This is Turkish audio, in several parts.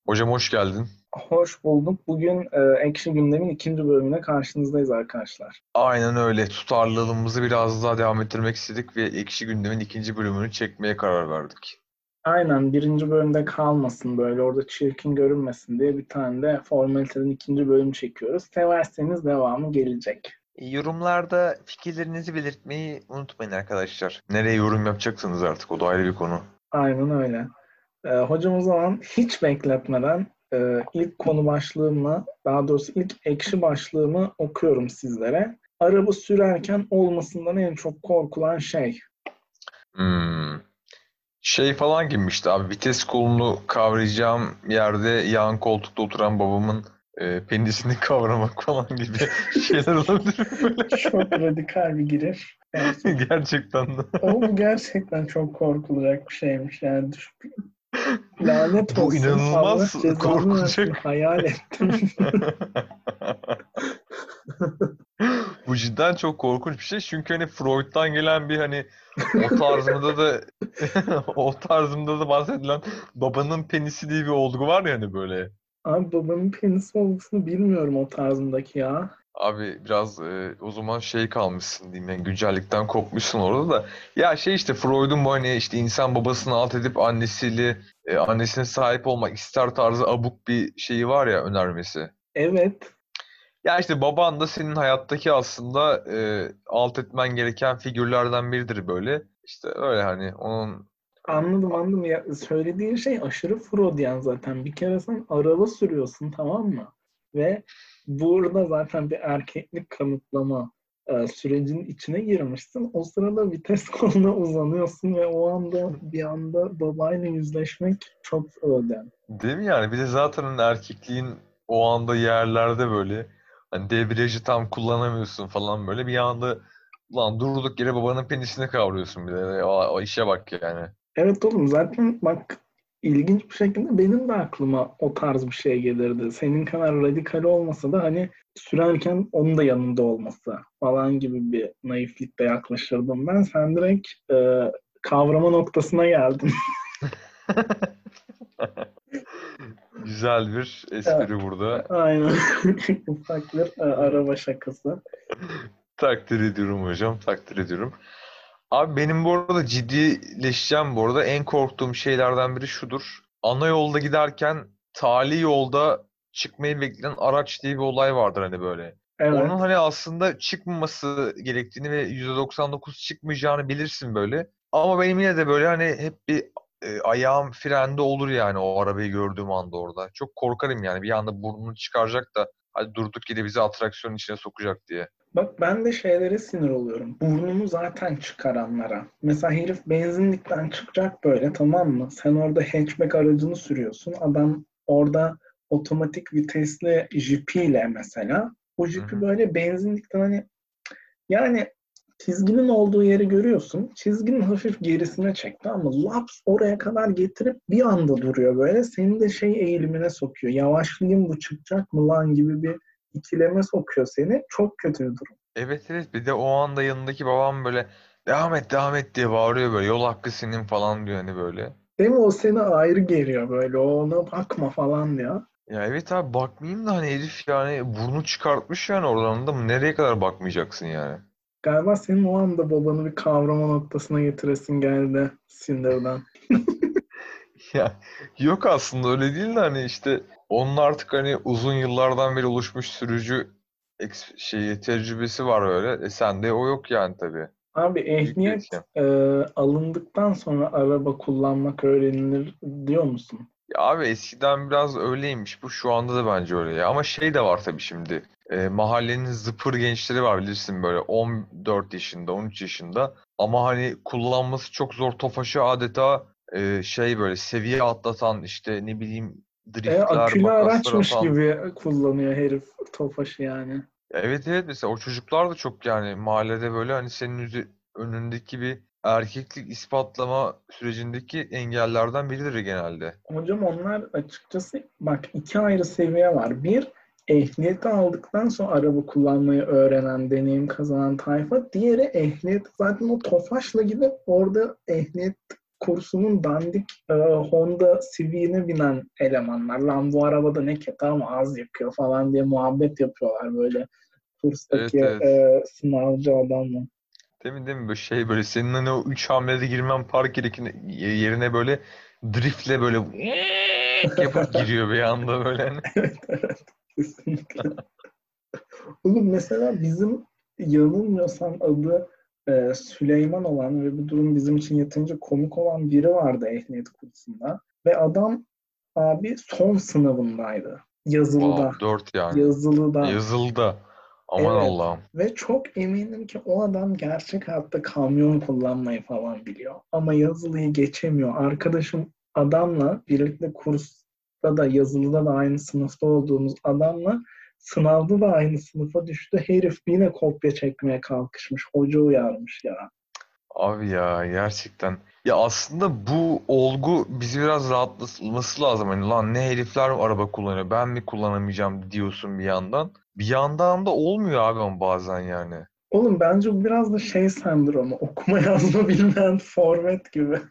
Hocam hoş geldin. Hoş bulduk. Bugün Ekşi Gündem'in ikinci bölümüne karşınızdayız arkadaşlar. Aynen öyle. Tutarlılığımızı biraz daha devam ettirmek istedik ve Ekşi Gündem'in ikinci bölümünü çekmeye karar verdik. Aynen birinci bölümde kalmasın böyle orada çirkin görünmesin diye bir tane de formaliteden ikinci bölüm çekiyoruz. Severseniz devamı gelecek. Yorumlarda fikirlerinizi belirtmeyi unutmayın arkadaşlar. Nereye yorum yapacaksınız artık o da ayrı bir konu. Aynen öyle. Hocam o zaman hiç bekletmeden ilk konu başlığımla daha doğrusu ilk ekşi başlığımı okuyorum sizlere. Araba sürerken olmasından en çok korkulan şey. Hmm. Şey falan girmişti abi, vites kolunu kavrayacağım yerde yan koltukta oturan babamın penisini kavramak falan gibi şeyler olabilir böyle. Çok radikal bir giriş. Gerçekten. Gerçekten de. Ama bu gerçekten çok korkulacak bir şeymiş yani. Lanet Bu olsun. Allah inanılmaz cezanı versin. korkulacak. Hayal ettim. Bu cidden çok korkunç bir şey. Çünkü hani Freud'dan gelen bir hani o tarzımda da o tarzımda da bahsedilen babanın penisi diye bir olgu var ya hani böyle. Abi babamın penisi olmasını bilmiyorum o tarzındaki ya. Abi biraz o zaman şey kalmışsın diyeyim, yani güncellikten kopmuşsun orada da. Ya şey işte Freud'un bu hani işte insan babasını alt edip annesine sahip olmak ister tarzı abuk bir şeyi var ya, önermesi. Evet. Ya işte baban da senin hayattaki aslında alt etmen gereken figürlerden biridir böyle. İşte öyle hani onun. Anladım anladım. Ya, söylediğin şey aşırı Freudian zaten. Bir kere sen araba sürüyorsun tamam mı? Ve burada zaten bir erkeklik kanıtlama sürecinin içine girmişsin. O sırada vites koluna uzanıyorsun ve o anda bir anda babayla yüzleşmek çok Freudian. Değil mi yani? Bir de zaten hani erkekliğin o anda yerlerde böyle hani debriyajı tam kullanamıyorsun falan, böyle bir anda ulan durduk yere babanın penisine kavruyorsun bir de. O işe bak yani. Evet oğlum zaten bak ilginç bir şekilde benim de aklıma o tarz bir şey gelirdi. Senin kadar radikal olmasa da hani sürerken onun da yanında olması falan gibi bir naiflikle yaklaşırdım ben. Sen direkt kavrama noktasına geldin. Güzel bir Evet, espri burada. aynen. Ufak bir araba şakası. Takdir ediyorum hocam, takdir ediyorum. Abi benim bu arada ciddileşeceğim bu arada. En korktuğum şeylerden biri şudur. Ana yolda giderken tali yolda çıkmayı bekleyen araç diye bir olay vardır hani böyle. Onun Evet. hani aslında çıkmaması gerektiğini ve %99 çıkmayacağını bilirsin böyle. Ama benim yine de böyle hani hep bir ayağım frende olur yani o arabayı gördüğüm anda orada. Çok korkarım yani, bir anda burnunu çıkaracak da hadi durduk yere bizi atraksiyonun içine sokacak diye. Bak ben de şeylere sinir oluyorum. Burnumu zaten çıkaranlara. Mesela herif benzinlikten çıkacak böyle tamam mı? Sen orada hatchback aracını sürüyorsun. Adam orada otomatik vitesli jipiyle mesela. O Hı jipi hı. böyle benzinlikten hani yani çizginin olduğu yeri görüyorsun. Çizginin hafif gerisine çekti ama laps oraya kadar getirip bir anda duruyor böyle. Seni de şey eğilimine sokuyor. Yavaşlayayım bu çıkacak mı lan gibi bir ikileme sokuyor seni. Çok kötü bir durum. Evet evet, bir de o anda yanındaki babam böyle devam et devam et diye bağırıyor, böyle yol hakkı senin falan diyor hani böyle. Değil mi? O seni ayrı geriyor böyle. Ona bakma falan diyor. Ya evet abi, bakmayayım da hani herif yani burnu çıkartmış yani oradan da mı, nereye kadar bakmayacaksın yani. Galiba senin o anda babanı bir kavrama noktasına getiresin geldi sinirden. Ya yok, aslında öyle değil de hani işte onun artık hani uzun yıllardan beri oluşmuş sürücü tecrübesi var öyle. Sende o yok yani tabii. Abi Büyük bir ehliyet etken. alındıktan sonra araba kullanmak öğrenilir diyor musun? Ya abi eskiden biraz öyleymiş bu, şu anda da bence öyle ya. Ama şey de var tabii şimdi. Mahallenin zıpır gençleri var bilirsin, böyle 14 yaşında 13 yaşında. Ama hani kullanması çok zor tofaşı, adeta şey böyle seviye atlatan, işte ne bileyim driftler Akülü makaslar araçmış atan. gibi kullanıyor herif Tofaş'ı yani. Ya evet evet, mesela o çocuklar da çok yani mahallede böyle hani senin önündeki bir erkeklik ispatlama sürecindeki engellerden biridir genelde. Hocam onlar açıkçası bak iki ayrı seviye var. Bir, ehliyeti aldıktan sonra araba kullanmayı öğrenen, deneyim kazanan tayfa. Diğeri ehliyet zaten o Tofaş'la gidip orada ehliyet kursunun dandik Honda Civic'ine binen elemanlar. Lan bu arabada ne kötü ama az yakıyor falan diye muhabbet yapıyorlar böyle kurstaki Evet, evet. sınavcı adamla. Değil mi? Böyle şey böyle senin hani o 3 hamlede girmen park yerine böyle driftle böyle yapıp giriyor bir anda böyle. Hani. Evet, evet. Kesinlikle. Oğlum mesela bizim yanılmıyorsam adı Süleyman olan ve bu durum bizim için yeterince komik olan biri vardı ehliyet kursunda. Ve adam abi son sınavındaydı. Yazılıda. Wow, 4 yani. Yazılıda. Yazıldı. Aman Evet. Allah'ım. Ve çok eminim ki o adam gerçek hayatta kamyon kullanmayı falan biliyor. Ama yazılıyı geçemiyor. Arkadaşım adamla birlikte kursta da yazılıda da aynı sınıfta olduğumuz adamla sınavda da aynı sınıfa düştü. Herif yine kopya çekmeye kalkışmış. Hoca uyarmış ya. Abi ya gerçekten. Ya aslında bu olgu bizi biraz rahatlatması lazım. Hani lan ne herifler araba kullanıyor ben mi kullanamayacağım diyorsun bir yandan. Bir yandan da olmuyor abi ama bazen yani. Oğlum bence bu biraz da şey sendromu. Okuma yazma bilmeyen forvet gibi.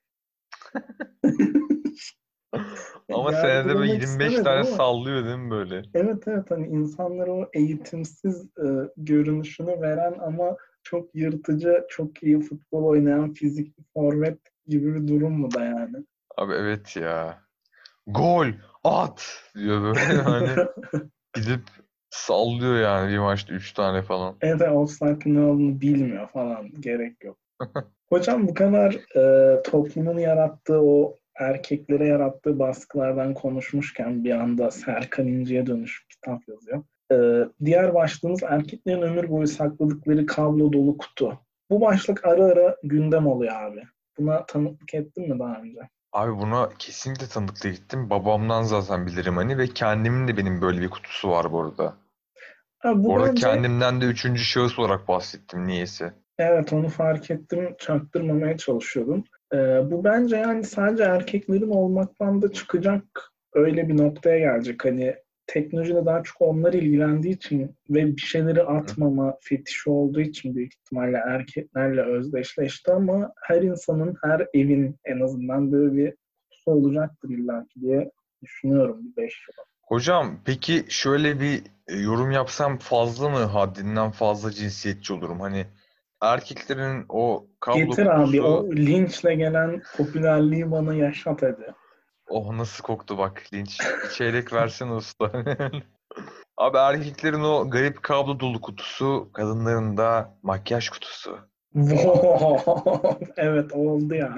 Ama senede böyle Yargılamak 25 istemedim tane ama sallıyor değil mi böyle? evet, evet, hani insanlara o eğitimsiz görünüşünü veren ama çok yırtıcı, çok iyi futbol oynayan fizikli forvet gibi bir durum mu da yani? Abi evet ya. Gol at diyor böyle hani gidip sallıyor yani bir maçta 3 tane falan. Evet, offside'ın ne olduğunu bilmiyor falan. Gerek yok. Hocam bu kadar toplumun yarattığı o erkeklere yarattığı baskılardan konuşmuşken bir anda Serkan İnce'ye dönüş kitap yazıyor. Diğer başlığımız erkeklerin ömür boyu sakladıkları kablo dolu kutu. Bu başlık ara ara gündem oluyor abi. Buna tanıklık ettin mi daha önce? Abi buna kesinlikle tanıkla gittim. Babamdan zaten bilirim hani ve kendimin de benim böyle bir kutusu var bu arada. Ha, bu Bu arada bence kendimden de üçüncü şahıs olarak bahsettim niyeyse. evet, onu fark ettim. Çaktırmamaya çalışıyordum. Bu bence yani sadece erkeklerin olmaktan da çıkacak öyle bir noktaya gelecek. Hani teknolojide daha çok onlar ilgilendiği için ve bir şeyleri Hı. atmama fetişi olduğu için büyük ihtimalle erkeklerle özdeşleşti ama her insanın, her evin en azından böyle bir kutusu olacaktır illa ki diye düşünüyorum bir 5 yıl. Hocam peki şöyle bir yorum yapsam fazla mı haddinden fazla cinsiyetçi olurum? Hani erkeklerin o kablo Getir abi kutusu o linçle gelen popülerliği bana yaşat hadi. oh nasıl koktu bak linç. Bir çeyrek versene usta. Abi erkeklerin o garip kablo dolu kutusu, kadınların da makyaj kutusu. Wow. Wow. Evet, oldu ya.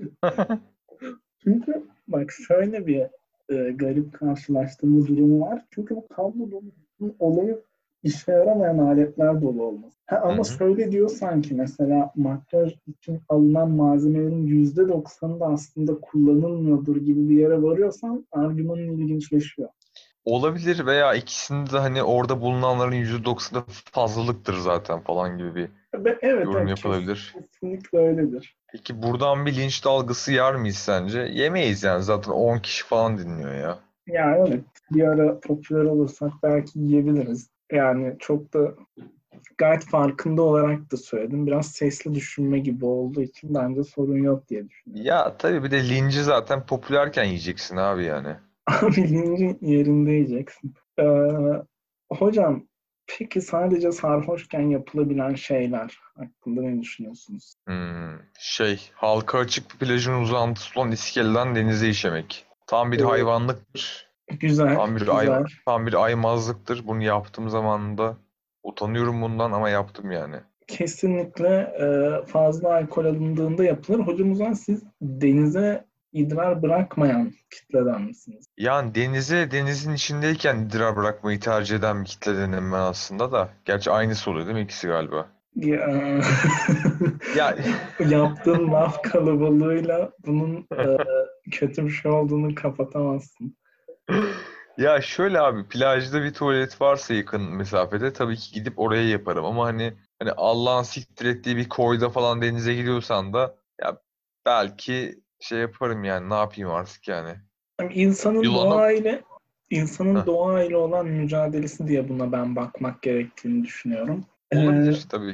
Çünkü bak şöyle bir garip karşılaştırma durumu var. Çünkü bu kablo dolu olayı işe yaramayan aletler dolu olması. Ha, Hı ama hı. şöyle diyor sanki mesela makyaj için alınan malzemelerin %90'ı da aslında kullanılmıyordur gibi bir yere varıyorsan argümanın ilginçleşiyor. Olabilir veya ikisinde de hani orada bulunanların %90'ı fazlalıktır zaten falan gibi bir Evet, yorum evet, yapılabilir. kesinlikle öyledir. Peki buradan bir linç dalgası yer miyiz sence? Yemeyiz yani zaten 10 kişi falan dinliyor ya. Yani evet, bir ara popüler olursak belki yiyebiliriz. Yani çok da gayet farkında olarak da söyledim. Biraz sesli düşünme gibi olduğu için bence sorun yok diye düşünüyorum. Ya tabii bir de linci zaten popülerken yiyeceksin abi yani. Abi lincin yerinde yiyeceksin. Hocam peki sadece sarhoşken yapılabilen şeyler hakkında ne düşünüyorsunuz? Halka açık bir plajın uzantısı olan iskeleden denize işemek. Tam bir Ee, hayvanlıktır. güzel, Tam bir güzel. tam bir aymazlıktır. Bunu yaptığım zamanında utanıyorum bundan ama yaptım yani. Kesinlikle fazla alkol alındığında yapılır. Hocam o zaman siz denize idrar bırakmayan kitleden misiniz? Yani denizin içindeyken idrar bırakmayı tercih eden bir kitledenim ben aslında da. Gerçi aynısı oluyor değil mi ikisi galiba? Ya, Ya yaptığın laf kalabalığıyla bunun kötü bir şey olduğunu kapatamazsın. ya şöyle abi plajda bir tuvalet varsa yakın mesafede tabii ki gidip oraya yaparım ama hani Allah'ın siktir ettiği bir koyda falan denize gidiyorsan da ya belki şey yaparım yani ne yapayım artık yani. Yani insanın Yılanı insanın Heh, doğayla olan mücadelesi diye buna ben bakmak gerektiğini düşünüyorum. olabilir tabii ki.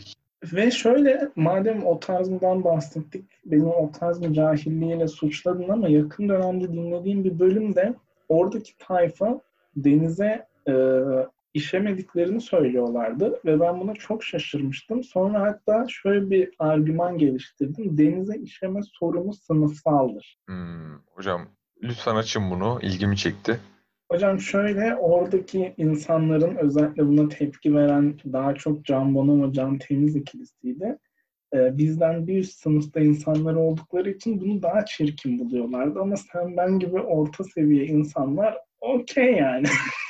Ve şöyle, madem o tarzından bahsettik, beni o tarz bir cahilliğiyle suçladın ama yakın dönemde dinlediğim bir bölümde oradaki tayfa denize işemediklerini söylüyorlardı ve ben buna çok şaşırmıştım. Sonra hatta şöyle bir argüman geliştirdim. Denize işeme sorunu sınıfsaldır. Hocam lütfen açın bunu. İlgimi çekti. Hocam şöyle, oradaki insanların özellikle buna tepki veren daha çok Can Bonomo, Can Temiz ikilisiydi. Bizden bir üst sınıfta insanlar oldukları için bunu daha çirkin buluyorlardı. Ama sen ben gibi orta seviye insanlar okey yani.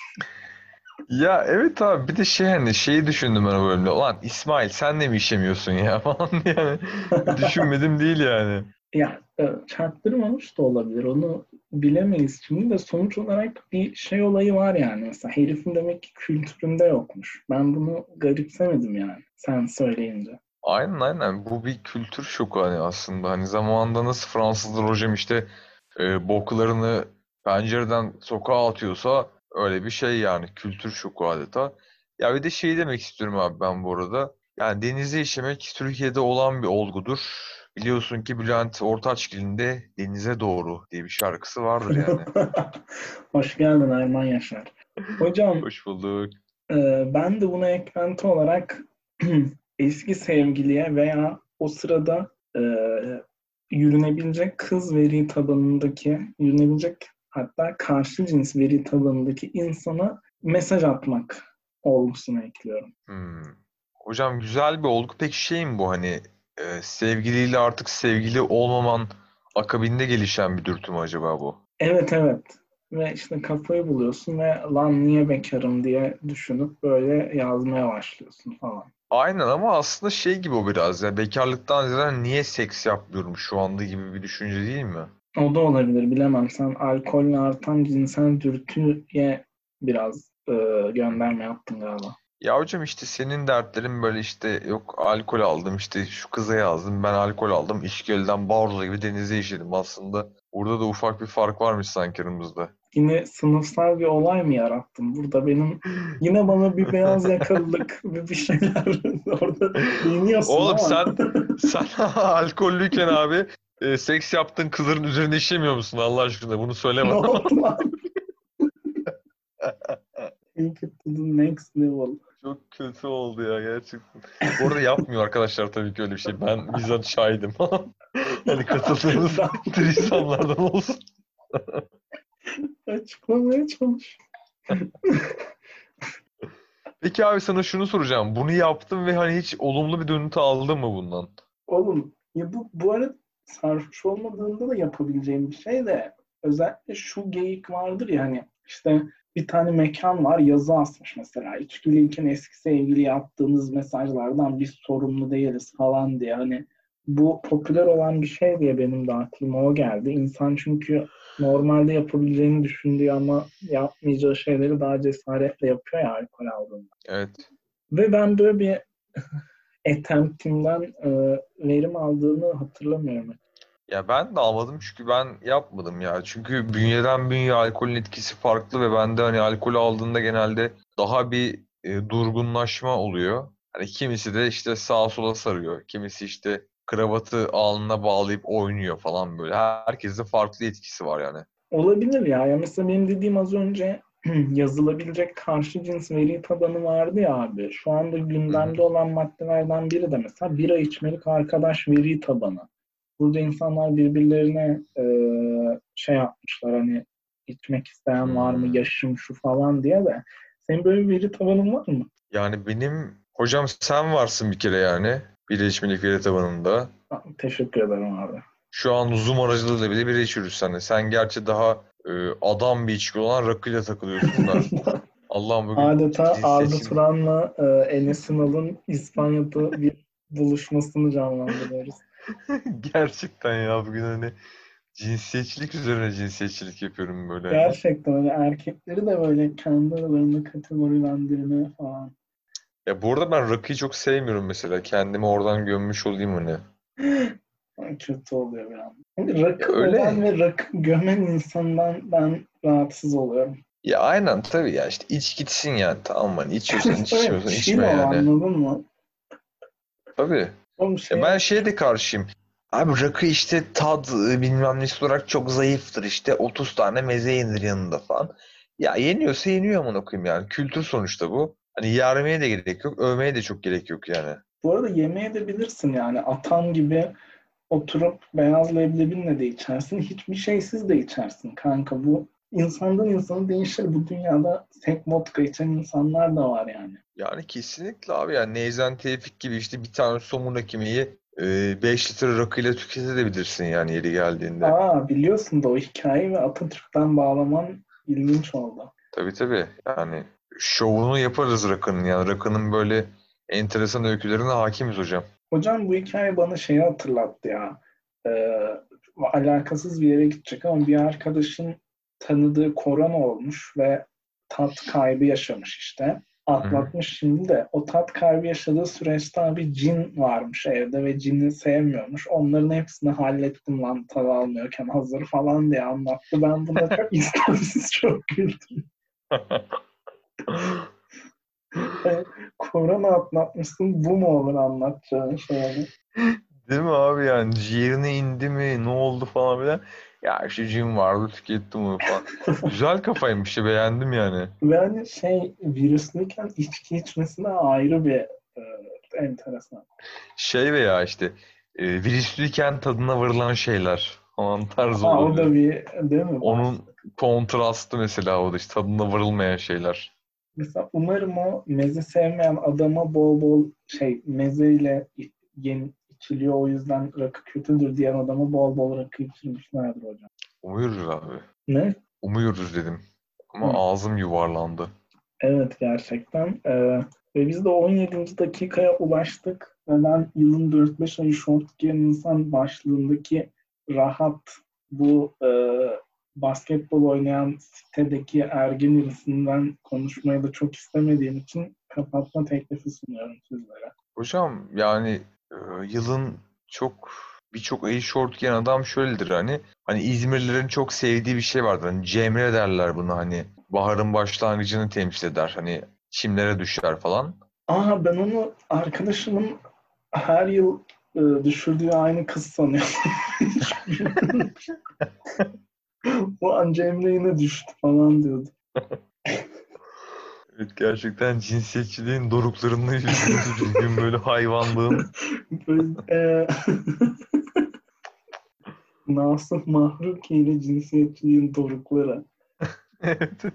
Ya evet abi, bir de hani şeyi düşündüm ben o bölümde. Ulan İsmail sen de mi işemiyorsun ya falan yani. Düşünmedim değil yani. Ya çaktırmamış da olabilir. Onu bilemeyiz şimdi de sonuç olarak bir şey olayı var yani. Mesela herifin demek ki kültüründe yokmuş. Ben bunu garipsemedim yani sen söyleyince. Aynen. Bu bir kültür şoku hani aslında. Hani zamanında nasıl Fransızlar hocam işte boklarını pencereden sokağa atıyorsa öyle bir şey yani. Kültür şoku adeta. Ya bir de şey demek istiyorum abi ben bu arada. Yani denize işemek Türkiye'de olan bir olgudur. Biliyorsun ki Bülent Ortaçgil'in de Denize Doğru diye bir şarkısı vardır yani. Hoş geldin Erman Yaşar. Hocam Hoş bulduk. ben de buna eklenti olarak eski sevgiliye veya o sırada yürünebilecek kız veri tabanındaki, yürünebilecek hatta karşı cins veri tabanındaki insana mesaj atmak olgusunu ekliyorum. Hmm. Hocam güzel bir olgu. Peki şey mi bu hani sevgiliyle artık sevgili olmaman akabinde gelişen bir dürtü mü acaba bu? Evet, evet. Ve işte kafayı buluyorsun ve lan niye bekarım diye düşünüp böyle yazmaya başlıyorsun falan. Aynen ama aslında şey gibi o biraz ya, bekarlıktan ziyade niye seks yapmıyorum şu anda gibi bir düşünce değil mi? O da olabilir, bilemem. Sen alkolle artan cinsel dürtüye biraz gönderme yaptın galiba. Ya hocam işte senin dertlerin böyle işte yok alkol aldım işte şu kıza yazdım ben alkol aldım İşgöl'den Barzo gibi denize işedim aslında. Burada da ufak bir fark varmış sanki aramızda. Yine sınıfsal bir olay mı yarattın? Burada benim yine bana bir beyaz yakalılık bir şeyler orada değiniyorsun Oğlum ama sen alkollüyken abi seks yaptığın kızların üzerine işemiyor musun Allah aşkına? Bunu söyle ne bana. oldu lan? Take it to the next level. Çok kötü oldu ya gerçekten. Bu arada yapmıyor arkadaşlar tabii ki öyle bir şey. Ben bizzat şahidim. Hani katıldığımız Ben trisamlardan olsun. açıklamaya çalış. Peki abi sana şunu soracağım. Bunu yaptın ve hani hiç olumlu bir dönütü aldın mı bundan? Oğlum ya bu arada sarhoş olmadığında da yapabileceğim bir şey de özellikle şu geyik vardır ya hani işte bir tane mekan var yazı asmış mesela içkiliyken eski sevgili yaptığınız mesajlardan biz sorumlu değiliz falan diye hani bu popüler olan bir şey diye benim de aklıma o geldi. İnsan çünkü normalde yapabileceğini düşündüğü ama yapmayacağı şeyleri daha cesaretle yapıyor ya alkol aldığında. Evet. Ve ben böyle bir attemptimden verim aldığını hatırlamıyorum. Ya ben de almadım çünkü ben yapmadım ya. Çünkü bünyeden bünyeye alkolün etkisi farklı ve bende hani alkol aldığında genelde daha bir durgunlaşma oluyor. Hani kimisi de işte sağa sola sarıyor. Kimisi işte kravatı alnına bağlayıp oynuyor falan böyle. Herkesin farklı etkisi var yani. Olabilir ya. Ya mesela benim dediğim az önce yazılabilecek karşı cins veri tabanı vardı ya abi. Şu anda Hı hı. gündemde olan maddelerden biri de mesela bira içmelik arkadaş veri tabanı. Burada insanlar birbirlerine şey yapmışlar hani içmek isteyen var mı, Hmm. yaşım şu falan diye de. Senin böyle bir veri tabanın var mı? Yani benim hocam sen varsın bir kere yani. Birleşmelik veri tabanında. Teşekkür ederim abi. Şu an Zoom aracılığıyla bile bira içiyoruz seninle. Sen gerçi daha adam bir içki olan rakıyla takılıyorsun da. Allah'ım bugün Adeta Arda cinsiyetçi... Turan'la Enes Ünal'ın İspanya'da bir buluşmasını canlandırıyoruz. Gerçekten ya bugün hani cinsiyetçilik üzerine cinsiyetçilik yapıyorum böyle hani. Gerçekten hani erkekleri de böyle kendi aralarında kategorilendirme falan. Ya bu arada ben rakıyı çok sevmiyorum mesela. Kendimi oradan gömmüş olayım hani. Ay, kötü oluyor bir an. Hani Ya rakı öven öyle. ve rakı gömen insandan ben rahatsız oluyorum. Ya aynen tabii ya işte iç gitsin yani tamam mı? Hani içiyorsan iç Evet, içmiyorsan chill içme ol yani. anladın mı? Tabii. Oğlum Ben şeye de karşıyım. Abi rakı işte tad bilmem nesi olarak çok zayıftır. İşte 30 tane meze yenir yanında falan. Ya yeniyorsa yeniyor amına koyayım yani. Kültür sonuçta bu. Hani yermeye de gerek yok. Övmeye de çok gerek yok yani. Bu arada yemeğe de bilirsin yani. Atan gibi oturup beyaz leblebinle de içersin. Hiçbir şeysiz de içersin kanka. Bu insandan insana değişir. Bu dünyada tek vodka içen insanlar da var yani. Yani kesinlikle abi yani Neyzen Tevfik gibi işte bir tane somun ekmeği 5 litre rakıyla tüketebilirsin yani yeri geldiğinde. Aa, biliyorsun da o hikayeyi ve Atatürk'ten bağlaman ilginç oldu. Tabii tabii yani şovunu yaparız rakının yani rakının böyle enteresan öykülerine hakimiz hocam. Hocam bu hikaye bana şeyi hatırlattı ya. Alakasız bir yere gidecek ama bir arkadaşın tanıdığı korona olmuş ve tat kaybı yaşamış işte. Hı hı. Atlatmış şimdi de. O tat kaybı yaşadığı süreçte abi cin varmış evde ve cini sevmiyormuş. Onların hepsini hallettim lan tadı almıyorken hazır falan diye anlattı. Ben buna çok istemsiz çok güldüm. Korona atlatmışsın, bu mu olur anlatacağın şey? Değil mi abi yani ciğerine indi mi ne oldu falan filan. Ya işte cin vardı tükettim onu falan. Güzel kafaymış ya beğendim yani. Ve hani şey virüslüyken içki içmesine ayrı bir enteresan. Şey veya işte virüslüyken tadına varılan şeyler falan tarzı Ha, o da olabilir. bir değil mi Onun başlık? kontrastı mesela o da işte tadına varılmayan şeyler. Mesela umarım o meze sevmeyen adama bol bol şey mezeyle yeni içiliyor o yüzden rakı kötüdür diyen adama bol bol rakı içirmişlerdir hocam. Umuyoruz abi. Ne? Umuyoruz dedim. Ama Hı. ağzım yuvarlandı. Evet gerçekten. Ve biz de 17. dakikaya ulaştık. Ve ben yılın 4-5 ayı short giyen insan başlığındaki rahat bu basketbol oynayan sitedeki ergin birisinden konuşmayı da çok istemediğim için kapatma teklifi sunuyorum sizlere. Hocam yani yılın çok birçok ayı şort giyen adam şöyledir hani İzmirlilerin çok sevdiği bir şey vardır. Hani Cemre derler bunu hani baharın başlangıcını temsil eder. Hani çimlere düşer falan. Aa, ben onu arkadaşımın her yıl düşürdüğü aynı kız sanıyorum. Bu an Cemre yine düştü falan diyordu. Evet gerçekten cinsiyetçiliğin doruklarında yüzdüğümüz bir gün böyle hayvanlığın. Böyle, Nasuh Mahruki ile cinsiyetçiliğin dorukları. Evet.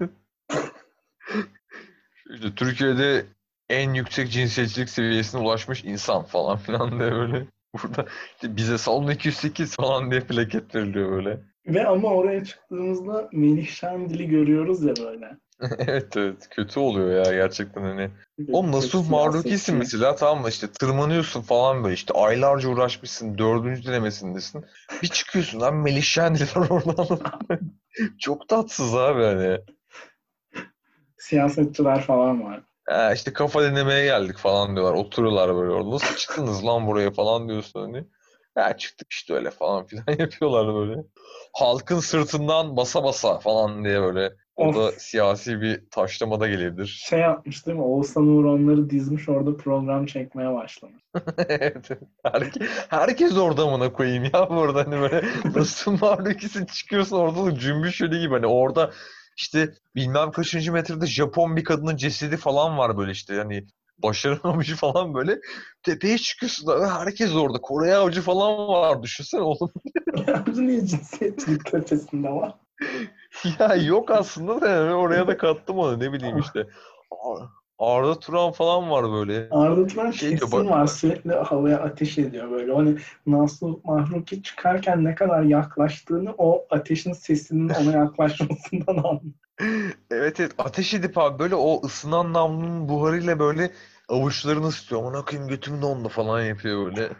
İşte Türkiye'de en yüksek cinsiyetçilik seviyesine ulaşmış insan falan filan diye böyle. Burada işte bize salon 208 falan diye plaket veriliyor böyle. Ve ama oraya çıktığımızda Melih Şendil'i görüyoruz ya böyle. Evet evet kötü oluyor ya gerçekten hani. O Çok Nasuh Mahruki'sin siyasetçi. mesela tamam mı işte tırmanıyorsun falan böyle işte aylarca uğraşmışsın dördüncü denemesindesin. Bir çıkıyorsun lan Melih Şendiler oradan. Çok tatsız abi hani. Siyasetçiler falan var. İşte kafa dinlemeye geldik falan diyorlar. Oturuyorlar böyle orada. Nasıl çıktınız lan buraya falan diyorsun hani. Çıktık işte öyle falan filan yapıyorlar böyle. Halkın sırtından basa basa falan diye böyle. O Of, da siyasi bir taşlama da gelebilir. şey yapmış değil mi? Oğuzhan Uğur onları dizmiş orada program çekmeye başlamış. Evet. Herkes orada amına koyayım ya burada hani böyle nasıl Mahlukis'in çıkıyorsun orada cümbüş yolu gibi hani orada işte bilmem kaçıncı metrede Japon bir kadının cesedi falan var böyle işte hani başaramamış falan böyle tepeye çıkıyorsun herkes orada Kore avcı falan var düşünsene oğlum. Bu niye cinsiyetçilik köşesinde var? Ya yok aslında da yani oraya da kattım onu ne bileyim işte Arda Turan falan var böyle Arda Turan şey diyor kesin var, sürekli havaya ateş ediyor böyle. Hani Nasuh Mahruki çıkarken ne kadar yaklaştığını o ateşin sesinin ona yaklaşmasından anlıyor. Evet evet ateş edip abi böyle o ısınan namlunun buharıyla böyle avuçlarını ısıtıyor. Aman akıyım götüm dondu falan yapıyor böyle.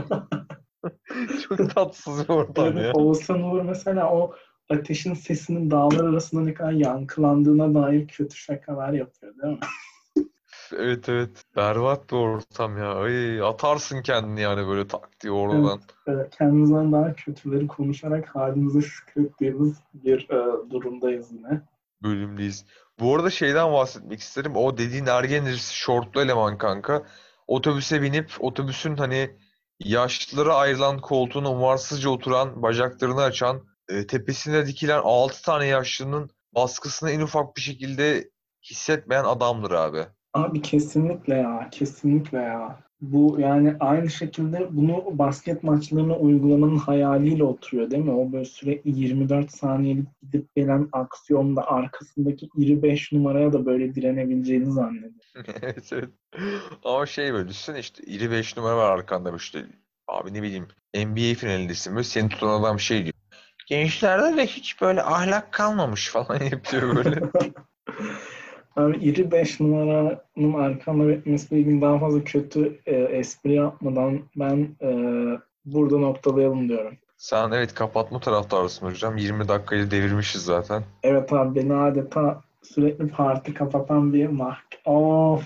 Çok tatsız bir ortam Evet, ya. Oğuzhan Uğur mesela o ateşin sesinin dağlar arasında ne kadar yankılandığına dair kötü şakalar yapıyor değil mi? Evet evet berbat bir ortam ya. Ay, atarsın kendini yani böyle tak diye Evet, oradan kendimizden daha kötüleri konuşarak halimize şükrettiğimiz bir durumdayız yine. bölümdeyiz. Bu arada şeyden bahsetmek isterim. O dediğin ergen irisi şortlu eleman kanka. otobüse binip otobüsün hani yaşlılara ayrılan koltuğuna umarsızca oturan, bacaklarını açan, tepesine dikilen 6 tane yaşlının baskısını en ufak bir şekilde hissetmeyen adamdır abi. Abi kesinlikle ya, kesinlikle ya. Bu yani aynı şekilde bunu basket maçlarına uygulamanın hayaliyle oturuyor değil mi? O böyle sürekli 24 saniyelik gidip gelen aksiyonda arkasındaki iri 5 numaraya da böyle direnebileceğini zannediyor. Evet, evet. Ama şey böyle düşünsene işte iri 5 numara var arkanda işte. Abi ne bileyim NBA finalindesin böyle seni tutan adam şey diyor. Gençlerde de hiç böyle ahlak kalmamış falan yapıyor böyle. Abi iri 5 numaranın arkanda beklemesiyle ilgili daha fazla kötü espri yapmadan ben burada noktalayalım diyorum. Sen evet kapatma taraftarısın hocam. 20 dakikayı devirmişiz zaten. Evet abi beni adeta sürekli parti kapatan bir Of.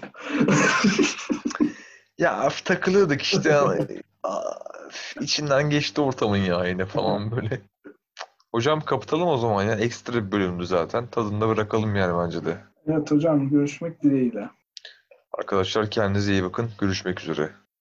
Ya takılıyorduk işte. İçinden geçti ortamın ya yine falan böyle. Hocam kapatalım o zaman ya. Ekstra bir bölümdü zaten. Tadında bırakalım yani bence de. Evet hocam görüşmek dileğiyle. Arkadaşlar kendinize iyi bakın. Görüşmek üzere.